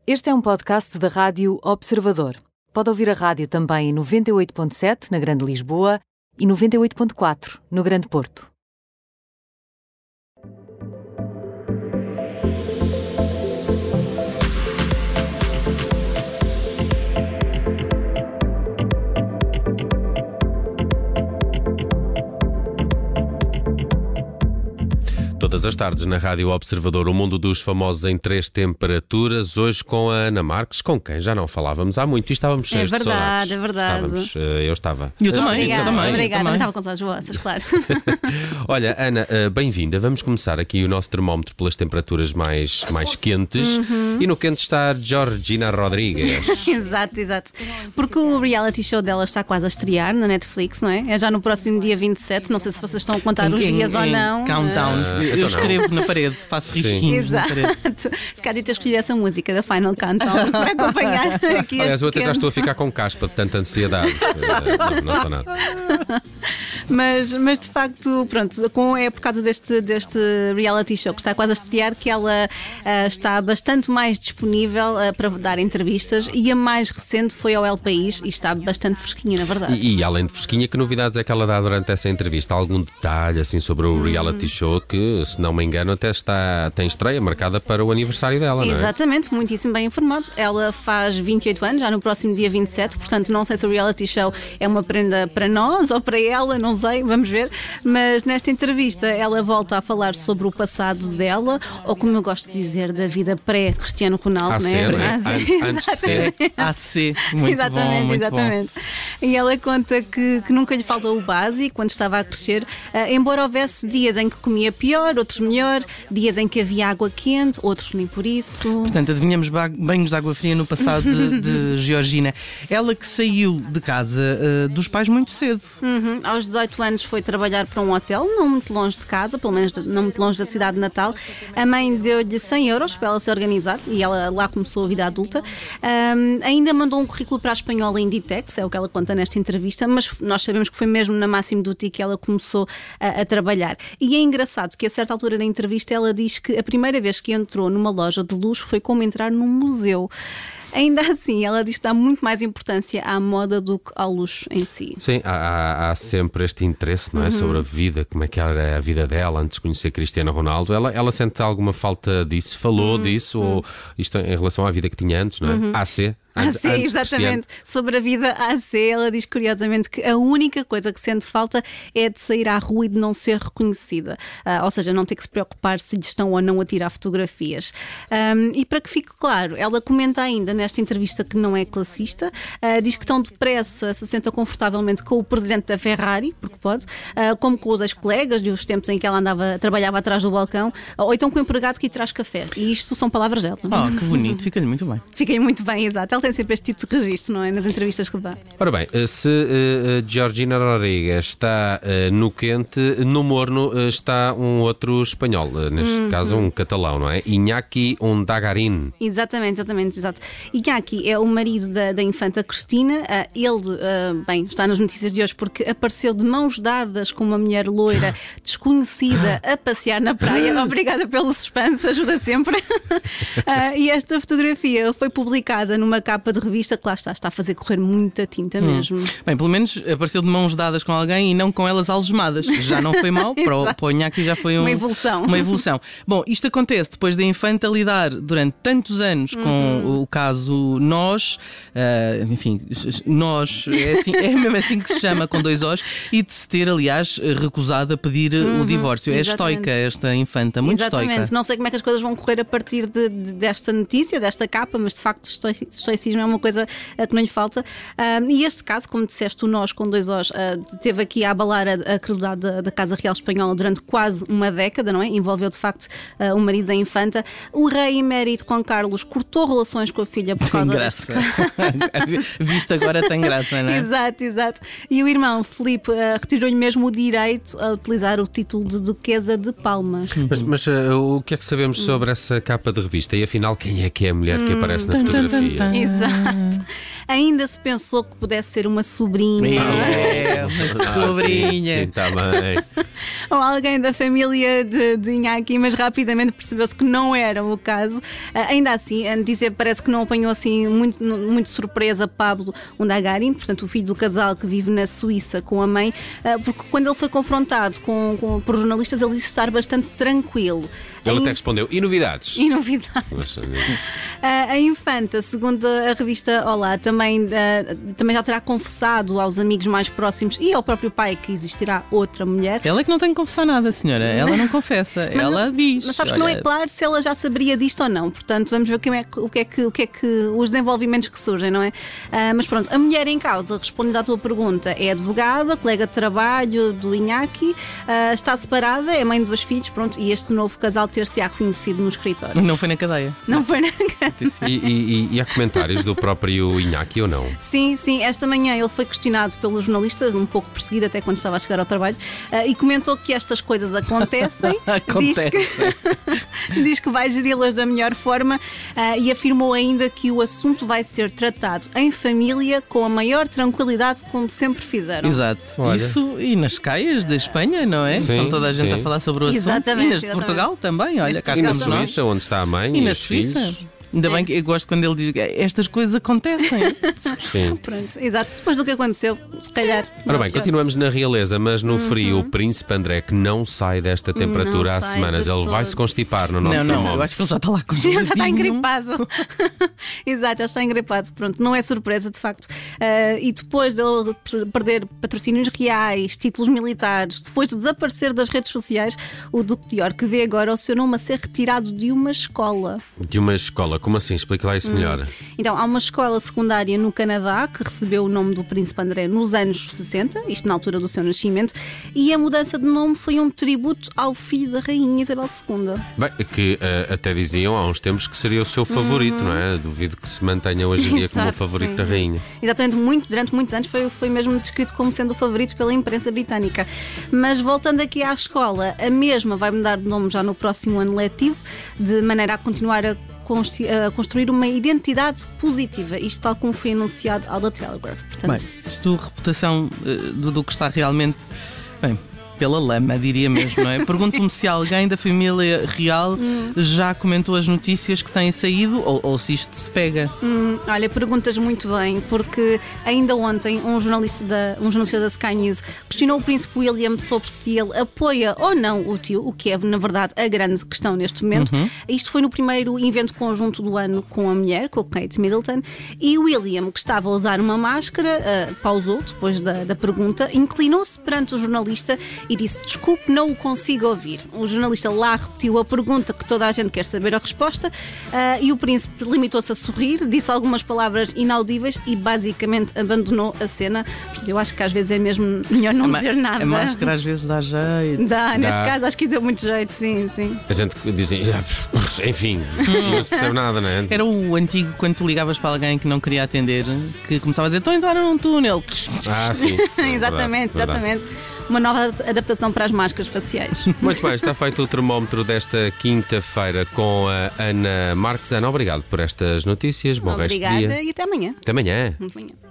Este é um podcast da Rádio Observador. Pode ouvir a rádio também em 98.7 na Grande Lisboa e 98.4 no Grande Porto. Todas as tardes na Rádio Observador, o mundo dos famosos em 3 temperaturas, hoje com a Ana Marques, com quem já não falávamos há muito e estávamos cheios de saudades. É verdade. Eu estava. Eu também. Obrigada. Também estava com saudades vossas, claro. Olha, Ana, bem-vinda. Vamos começar aqui o nosso termómetro pelas temperaturas mais quentes. E no quente está Georgina Rodrigues. Exato. Porque o reality show dela está quase a estrear na Netflix, não é? É já no próximo dia 27. Não sei se vocês estão a contar os dias ou não. Countdown. Eu escrevo na parede, faço risquinhos na parede. Se calhar ter escolhido essa música da Final Countdown para acompanhar aqui. Aliás, eu até já estou a ficar com caspa de tanta ansiedade. Não estou nada. Mas de facto, pronto, é por causa deste reality show que está quase a estrear que ela está bastante mais disponível para dar entrevistas, e a mais recente foi ao El País e está bastante fresquinha, na verdade. E além de fresquinha, que novidades é que ela dá durante essa entrevista? Algum detalhe assim sobre o reality show que, se não me engano, até tem estreia marcada para o aniversário dela, não é? Exatamente, muitíssimo bem informado. Ela faz 28 anos, já no próximo dia 27, portanto não sei se o reality show é uma prenda para nós ou para ela, não sei, vamos ver. Mas nesta entrevista ela volta a falar sobre o passado dela, ou como eu gosto de dizer, da vida pré-Cristiano Ronaldo, não é? Antes de ser. AC, muito exatamente. Bom. E ela conta que nunca lhe faltou o básico quando estava a crescer, embora houvesse dias em que comia pior, outros melhor, dias em que havia água quente, outros nem por isso. Portanto, adivinhamos banhos de água fria no passado de Georgina. Ela que saiu de casa dos pais muito cedo. Aos 18 anos foi trabalhar para um hotel, não muito longe de casa, pelo menos não muito longe da cidade de Natal. A mãe deu-lhe 100 euros para ela se organizar e ela lá começou a vida adulta. Ainda mandou um currículo para a espanhola Inditex, é o que ela conta nesta entrevista, mas nós sabemos que foi mesmo na Máximo Duty que ela começou a trabalhar. E é engraçado que a certa altura da entrevista ela diz que a primeira vez que entrou numa loja de luxo foi como entrar num museu. Ainda assim, ela diz que dá muito mais importância à moda do que ao luxo em si. Sim, há sempre este interesse, não é? Sobre a vida, como é que era a vida dela antes de conhecer Cristiano Ronaldo. Ela sente alguma falta disso? Falou disso? Ou isto em relação à vida que tinha antes, não é? AC? Exatamente. Sobre a vida AC, ela diz curiosamente que a única coisa que sente falta é de sair à rua e de não ser reconhecida. Ou seja, não ter que se preocupar se lhe estão ou não a tirar fotografias. E para que fique claro, ela comenta ainda nesta entrevista que não é classista, diz que tão depressa se senta confortavelmente com o presidente da Ferrari, porque pode, como com os ex-colegas e os tempos em que ela trabalhava atrás do balcão, ou então com o empregado que lhe traz café. E isto são palavras dela. Que bonito, fica-lhe muito bem. Fica-lhe muito bem, exato. Ela tem sempre este tipo de registro, não é? Nas entrevistas que dá. Ora bem, se Georgina Rodrigues está no quente, no morno está um outro espanhol, neste caso um catalão, não é? Iñaki Undagarin. Exato. Iñaki é o marido da infanta Cristina. Ele, está nas notícias de hoje porque apareceu de mãos dadas com uma mulher loira desconhecida a passear na praia. Obrigada pelo suspense, ajuda sempre. E esta fotografia foi publicada numa capa de revista que lá está a fazer correr muita tinta mesmo. Bem, pelo menos apareceu de mãos dadas com alguém e não com elas algemadas. Já não foi mal, para o Iñaki já foi uma evolução. Bom, isto acontece depois da infanta lidar durante tantos anos com o caso Nós, Nós, é mesmo assim que se chama, com 2 Os, e de se ter, aliás, recusado a pedir o divórcio. É estoica esta infanta, muito estoica. Não sei como é que as coisas vão correr a partir desta notícia, desta capa, mas de facto estoicismo é uma coisa que não lhe falta. E este caso, como disseste, o Nós com 2 Os, teve aqui a abalar a credibilidade da Casa Real Espanhola durante quase uma década, não é? Envolveu de facto o marido da infanta. O rei emérito Juan Carlos cortou relações com a filha por causa deste visto agora tem graça, não é? Exato. E o irmão Filipe retirou-lhe mesmo o direito a utilizar o título de Duquesa de Palma. Mas o que é que sabemos sobre essa capa de revista? E afinal, quem é que é a mulher que aparece na fotografia? Exato. Ainda se pensou que pudesse ser uma sobrinha. uma sobrinha. Sim, está bem. Ou alguém da família de Iñaki, mas rapidamente percebeu-se que não era o caso. Ainda assim, a notícia parece que não apanhou assim muito surpresa Pablo Undagarin, portanto o filho do casal que vive na Suíça com a mãe, porque quando ele foi confrontado por jornalistas, ele disse estar bastante tranquilo. Ele até respondeu, e novidades? E novidades. A infanta, segundo a revista Olá, também já terá confessado aos amigos mais próximos e ao próprio pai que existirá outra mulher. Ela é que não tem que confessar nada, senhora. Ela não confessa, ela diz. Mas sabes que não é claro se ela já saberia disto ou não. Portanto, vamos ver o que é que os desenvolvimentos que surgem, não é? Mas pronto, a mulher em causa, respondendo à tua pergunta, é advogada, colega de trabalho do Iñaki, está separada, é mãe de 2 filhos, pronto, e este novo casal ter-se-á conhecido no escritório. Não foi na cadeia. Não foi na cadeia. E há comentários do próprio Iñaki ou não? Sim, esta manhã ele foi questionado pelos jornalistas, um pouco perseguido até quando estava a chegar ao trabalho, e comentou que estas coisas acontecem. Diz que vai geri-las da melhor forma, e afirmou ainda que o assunto vai ser tratado em família com a maior tranquilidade, como sempre fizeram. Exato. Olha. Isso e nas caias da Espanha, não é? Sim, com toda a gente sim. a falar sobre o assunto. Exatamente, E nas de Portugal também, olha, cá E na estamos nós. Suíça, onde está a mãe E e na os Suíça. filhos. Ainda bem que eu gosto quando ele diz que estas coisas acontecem. Sim. Pronto, exato. Depois do que aconteceu, se calhar. Ora bem, continuamos na realeza, mas no frio, o príncipe André, que não sai desta temperatura há sai semanas. de Ele todo. vai se constipar no nosso Não, eu termómetro. acho que ele já está lá com Ele já está engripado. Exato, já está engripado. Pronto, não é surpresa, de facto. E depois de ele perder patrocínios reais, títulos militares, depois de desaparecer das redes sociais, o Duque de York vê agora o seu nome a ser retirado de uma escola. De uma escola, como assim? Explica lá isso melhor. Então, há uma escola secundária no Canadá que recebeu o nome do Príncipe André nos anos 60, isto na altura do seu nascimento, e a mudança de nome foi um tributo ao filho da Rainha Isabel II. Bem, que até diziam há uns tempos que seria o seu favorito, não é? Duvido que se mantenha hoje em dia como o Exato, favorito sim. da Rainha. Exatamente, durante muitos anos foi mesmo descrito como sendo o favorito pela imprensa britânica. Mas voltando aqui à escola, a mesma vai mudar de nome já no próximo ano letivo, de maneira a continuar a construir uma identidade positiva. Isto tal como foi anunciado ao The Telegraph. Portanto, Bem, isto, reputação do Duque está realmente... Bem, pela lama, diria mesmo, não é? Pergunto-me se alguém da família real já comentou as notícias que têm saído ou se isto se pega. Olha, perguntas muito bem, porque ainda ontem um jornalista da Sky News questionou o príncipe William sobre se ele apoia ou não o tio, o que é, na verdade, a grande questão neste momento. Isto foi no primeiro evento conjunto do ano com a mulher, com o Kate Middleton, e o William, que estava a usar uma máscara, pausou depois da pergunta, inclinou-se perante o jornalista e disse: desculpe, não o consigo ouvir. O jornalista lá repetiu a pergunta que toda a gente quer saber a resposta, e o príncipe limitou-se a sorrir, disse algumas palavras inaudíveis e basicamente abandonou a cena. Eu acho que às vezes é mesmo melhor não dizer nada. A máscara às vezes dá jeito. Neste caso acho que deu muito jeito, sim. A gente diz, enfim, não se percebe nada, não é? Era o antigo, quando tu ligavas para alguém que não queria atender, que começava a dizer: estou a entrar num túnel. Sim. Exatamente. Uma nova adaptação para as máscaras faciais. Muito bem, está feito o termómetro desta quinta-feira com a Ana Marques. Ana, obrigado por estas notícias. Bom resto de dia. Obrigada e até amanhã. Até amanhã. Até amanhã.